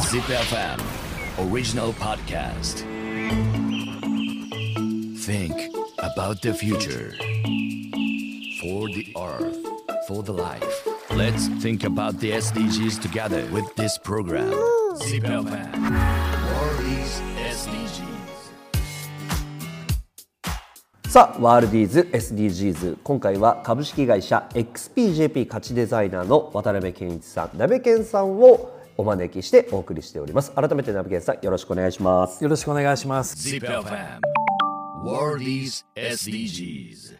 Zip FM Original Podcast. Think about the future. For the earth, for the life. Let's think about the SDGs together with this program. Zip FM World is SDGs. さあワールディーズ SDGs、 今回は株式会社 XPJP 価値デザイナーの渡辺健一さん、なべけんさんをお招きしてお送りしております。改めてなべけんさん、よろしくお願いします。 よろしくお願いします。 Zip FM World is SDGs。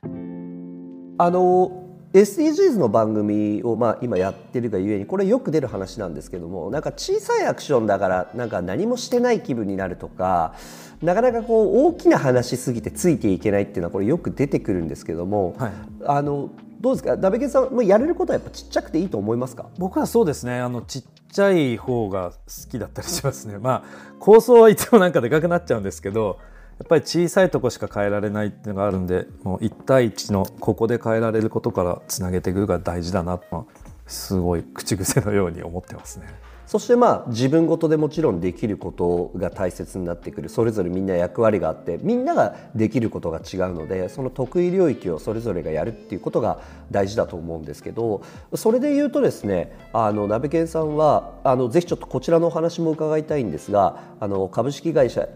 SDGs の番組を今やってるがゆえに、これよく出る話なんですけども、なんか小さいアクションだからなんか何もしてない気分になるとか、なかなかこう大きな話すぎてついていけないっていうのはこれよく出てくるんですけども、はい、どうですか、なべけんさんもやれることはやっぱちっちゃくていいと思いますか？ 僕はそうですね、ちっちゃい方が好きだったりしますね。構想はいつもなんかでかくなっちゃうんですけど、やっぱり小さいとこしか変えられないっていうのがあるんで、もう1対1のここで変えられることからつなげていくのが大事だなと、すごい口癖のように思ってますね。 そして自分ごとでもちろんできることが大切になってくる。それぞれみんな役割があって、みんなができることが違うので、その得意領域をそれぞれがやるっていうことが大事だと思うんですけど、それで言うとですね、なべけんさんはぜひちょっとこちらのお話も伺いたいんですが、株式会社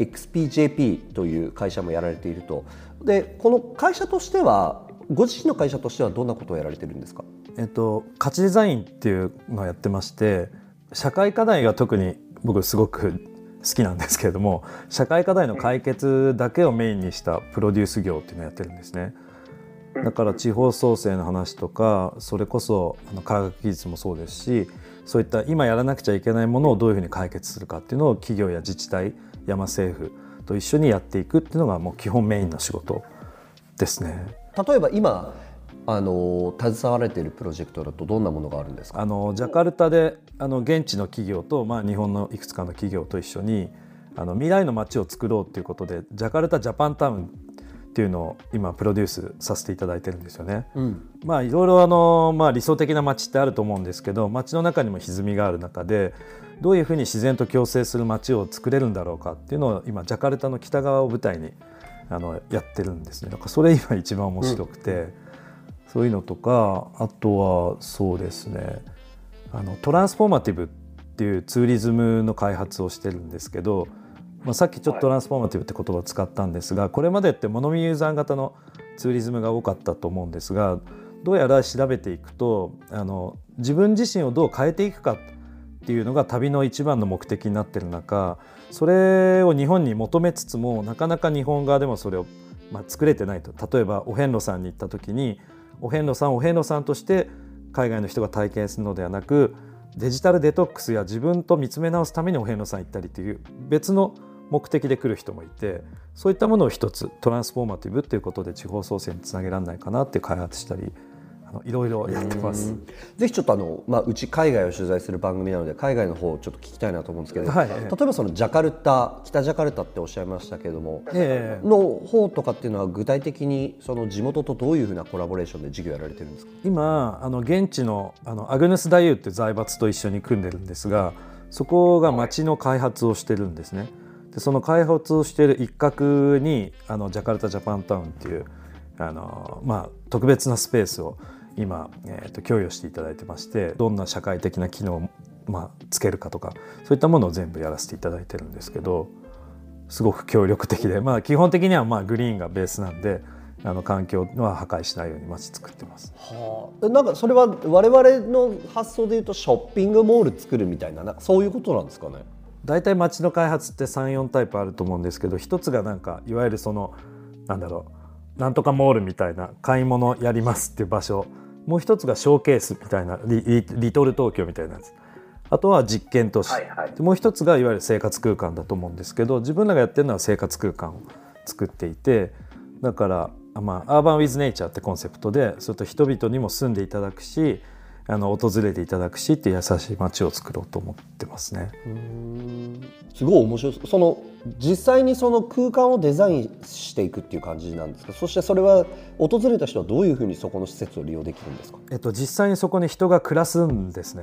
XPJP という会社もやられていると。でこの会社としては、ご自身の会社としてはどんなことをやられてるんですか？ 価値デザインっていうのをやってまして、社会課題が特に僕すごく好きなんですけれども、社会課題の解決だけをメインにしたプロデュース業っていうのをやってるんですね。だから地方創生の話とか、それこそ科学技術もそうですし、そういった今やらなくちゃいけないものをどういうふうに解決するかっていうのを企業や自治体、山政府と一緒にやっていくっていうのがもう基本メインの仕事ですね。 例えば今携われているプロジェクトだとどんなものがあるんですか？ ジャカルタで現地の企業と、日本のいくつかの企業と一緒に未来の街を作ろうということで、ジャカルタジャパンタウンっていうのを今プロデュースさせていただいてるんですよね。いろいろ理想的な街ってあると思うんですけど、街の中にも歪みがある中で、どういうふうに自然と共生する街を作れるんだろうかっていうのを今ジャカルタの北側を舞台にやってるんですね。だからそれ今一番面白くて、そういうのとか、あとはそうですね、トランスフォーマティブっていうツーリズムの開発をしてるんですけど、さっきちょっとトランスフォーマティブって言葉を使ったんですが、これまでってモノミユーザー型のツーリズムが多かったと思うんですが、どうやら調べていくと自分自身をどう変えていくかっていうのが旅の一番の目的になってる中、それを日本に求めつつもなかなか日本側でもそれを作れてないと。例えばお遍路さんに行った時に、お遍路さんとして海外の人が体験するのではなく、デジタルデトックスや自分と見つめ直すためにお遍路さん行ったりという別の目的で来る人もいて、そういったものを一つトランスフォーマティブということで地方創生につなげられないかなって開発したり、いろいろやってます。 ぜひちょっとうち海外を取材する番組なので、海外の方をちょっと聞きたいなと思うんですけど、例えばそのジャカルタ、北ジャカルタっておっしゃいましたけれども、の方とかっていうのは具体的にその地元とどういうふうなコラボレーションで事業やられてるんですか？ 今現地のアグヌス・ダユーって財閥と一緒に組んでるんですが、そこが町の開発をしてるんですね。でその開発をしている一角にジャカルタジャパンタウンっていう特別なスペースを今、供与していただいてまして、どんな社会的な機能を、つけるかとか、そういったものを全部やらせていただいてるんですけど、すごく協力的で、基本的にはグリーンがベースなんで、環境は破壊しないように街作ってます。 なんかそれは我々の発想でいうとショッピングモール作るみたいな、そういうことなんですかね？ だいたい街の開発って 3,4 タイプあると思うんですけど、一つがいわゆるなんとかモールみたいな買い物やりますっていう場所、もう一つがショーケースみたいな リトル東京みたいなやつ、あとは実験都市、もう一つがいわゆる生活空間だと思うんですけど、自分らがやってるのは生活空間を作っていて、だからアーバン・ウィズ・ネイチャーってコンセプトで、それと人々にも住んでいただくし、訪れていただくしっていう優しい街を作ろうと思ってますね。 すごい面白い。実際にその空間をデザインしていくっていう感じなんですか？そしてそれは訪れた人はどういうふうにそこの施設を利用できるんですか？ 実際にそこに人が暮らすんですね。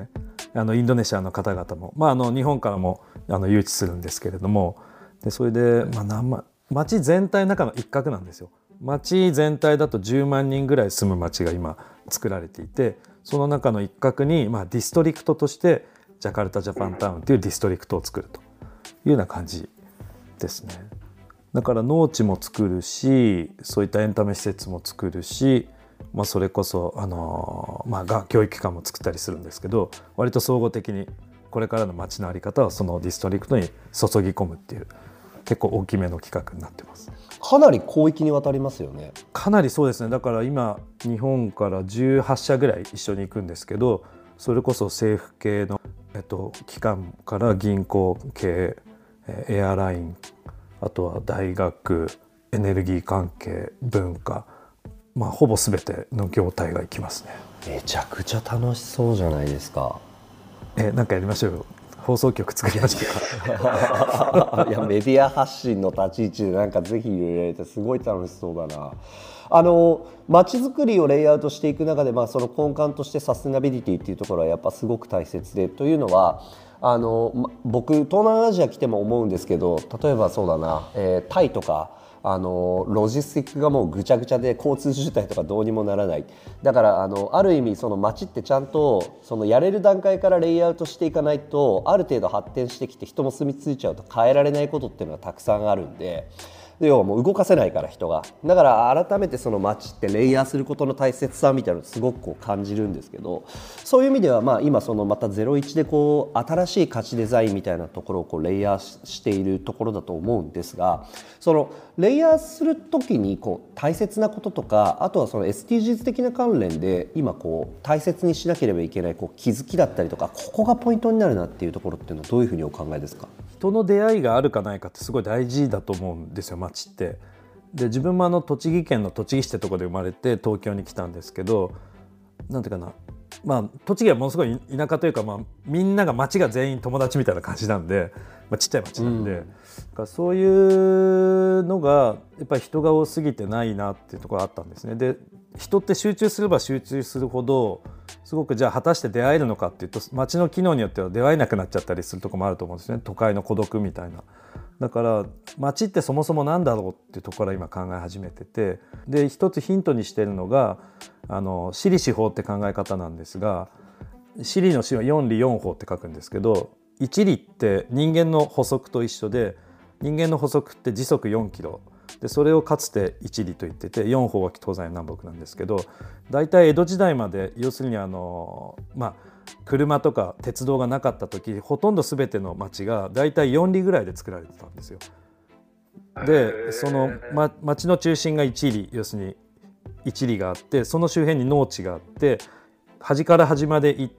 インドネシアの方々も、日本からも誘致するんですけれども、でそれで、町全体の中の一角なんですよ。町全体だと10万人ぐらい住む町が今作られていて、その中の一角に、ディストリクトとしてジャカルタジャパンタウンというディストリクトを作るというような感じですね。だから農地も作るし、そういったエンタメ施設も作るし、それこそ教育機関も作ったりするんですけど、割と総合的にこれからの町の在り方をそのディストリクトに注ぎ込むっていう結構大きめの企画になってます。 かなり広域にわたりますよね。 かなりそうですね。だから今日本から18社ぐらい一緒に行くんですけど、それこそ政府系の、機関から銀行系、エアライン、あとは大学、エネルギー関係、文化、ほぼ全ての業態が行きますね。 めちゃくちゃ楽しそうじゃないですか。 なんかやりましょうよ。放送局作りましょうか。 いや、メディア発信の立ち位置でなんかぜひ入れられてすごい楽しそうだな。街づくりをレイアウトしていく中で、その根幹としてサステナビリティっていうところはやっぱすごく大切で、というのは僕東南アジア来ても思うんですけど、例えばそうだな、タイとかロジスティックがもうぐちゃぐちゃで交通渋滞とかどうにもならない。だからある意味その街ってちゃんとそのやれる段階からレイアウトしていかないと、ある程度発展してきて人も住み着いちゃうと変えられないことっていうのはたくさんあるんで、要はもう動かせないから人が。だから改めてその街ってレイヤーすることの大切さみたいなのをすごく感じるんですけど、そういう意味では今そのまた01で新しい価値デザインみたいなところをレイヤーしているところだと思うんですが、そのレイヤーするときに大切なこととか、あとはその SDGs 的な関連で今大切にしなければいけない気づきだったりとか、ここがポイントになるなっていうところっていうのはどういうふうにお考えですか？ 人の出会いがあるかないかってすごい大事だと思うんですよ、街って。で自分も栃木県の栃木市ってところで生まれて東京に来たんですけど、なんていうかな、栃木はものすごい田舎というか、みんなが町が全員友達みたいな感じなんで、ちっちゃい町なんで、そういうのがやっぱり人が多すぎてないなっていうところがあったんですね。で人って集中すれば集中するほどすごくじゃあ果たして出会えるのかっていうと、街の機能によっては出会えなくなっちゃったりするところもあると思うんですね。都会の孤独みたいな。だから街ってそもそもなんだろうっていうところから今考え始めてて、で一つヒントにしているのが私利私法って考え方なんですが、私利の私は四利四法って書くんですけど、一利って人間の歩速と一緒で、人間の歩速って時速4キロで、それをかつて一利と言ってて、4法は東西南北なんですけど、だいたい江戸時代まで要するに車とか鉄道がなかった時、ほとんど全ての町がだいたい4里ぐらいで作られてたんですよ。でその、町の中心が一里、要するに一里があって、その周辺に農地があって、端から端まで行って、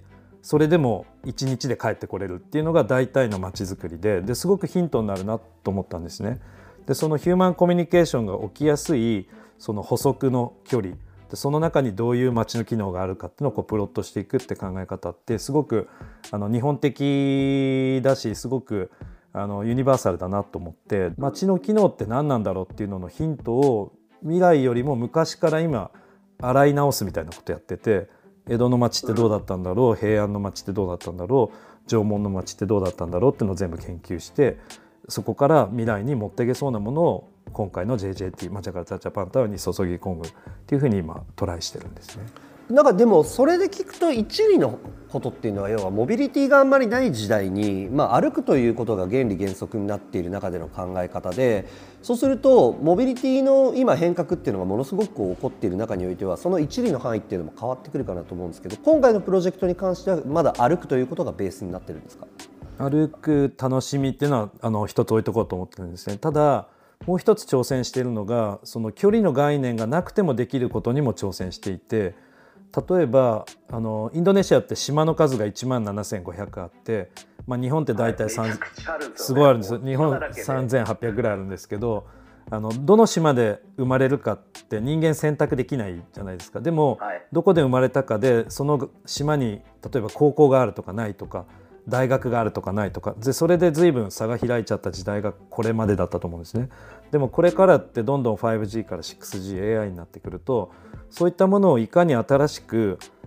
それでも1日で帰ってこれるっていうのが大体の町づくりで、すごくヒントになるなと思ったんですね。でそのヒューマンコミュニケーションが起きやすいその補足の距離で、その中にどういう街の機能があるかっていうのをプロットしていくって考え方ってすごく日本的だし、すごくユニバーサルだなと思って、街の機能って何なんだろうっていうののヒントを未来よりも昔から今洗い直すみたいなことやってて、江戸の街ってどうだったんだろう、平安の街ってどうだったんだろう、縄文の街ってどうだったんだろうっていうのを全部研究して、そこから未来に持っていけそうなものを今回の JJT、ジャカルタジャパンタウンに注ぎ込むっていうふうに今トライしてるんですね。 なんかでもそれで聞くと一理のことっていうのは、要はモビリティがあんまりない時代に、歩くということが原理原則になっている中での考え方で、そうするとモビリティの今変革っていうのがものすごく起こっている中においては、その一理の範囲っていうのも変わってくるかなと思うんですけど、今回のプロジェクトに関してはまだ歩くということがベースになってるんですか？ 歩く楽しみっていうのは一つ置いとこうと思ってるんですね。ただもう一つ挑戦しているのが、その距離の概念がなくてもできることにも挑戦していて、例えばインドネシアって島の数が17,500あって、日本って大体すごいあるんですよ。日本3,800ぐらいあるんですけど、どの島で生まれるかって人間選択できないじゃないですか。でも、どこで生まれたかでその島に例えば高校があるとかないとか、大学があるとかないとかで、それで随分差が開いちゃった時代がこれまでだったと思うんですね。でもこれからってどんどん 5G から 6G、AI になってくると、そういったものをいかに新しく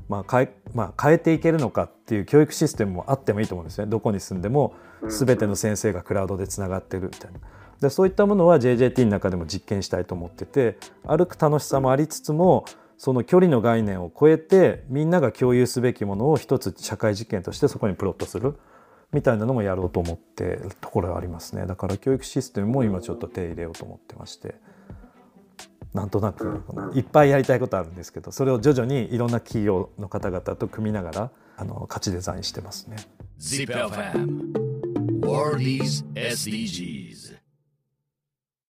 変えていけるのかっていう教育システムもあってもいいと思うんですね。どこに住んでも全ての先生がクラウドでつながってるみたいな。でそういったものは JJT の中でも実験したいと思ってて、歩く楽しさもありつつもその距離の概念を超えてみんなが共有すべきものを一つ社会実験としてそこにプロットするみたいなのもやろうと思ってるところがありますね。だから教育システムも今ちょっと手入れようと思ってまして、なんとなくいっぱいやりたいことあるんですけど、それを徐々にいろんな企業の方々と組みながら価値デザインしてますね。 ZIPFM World is SDGs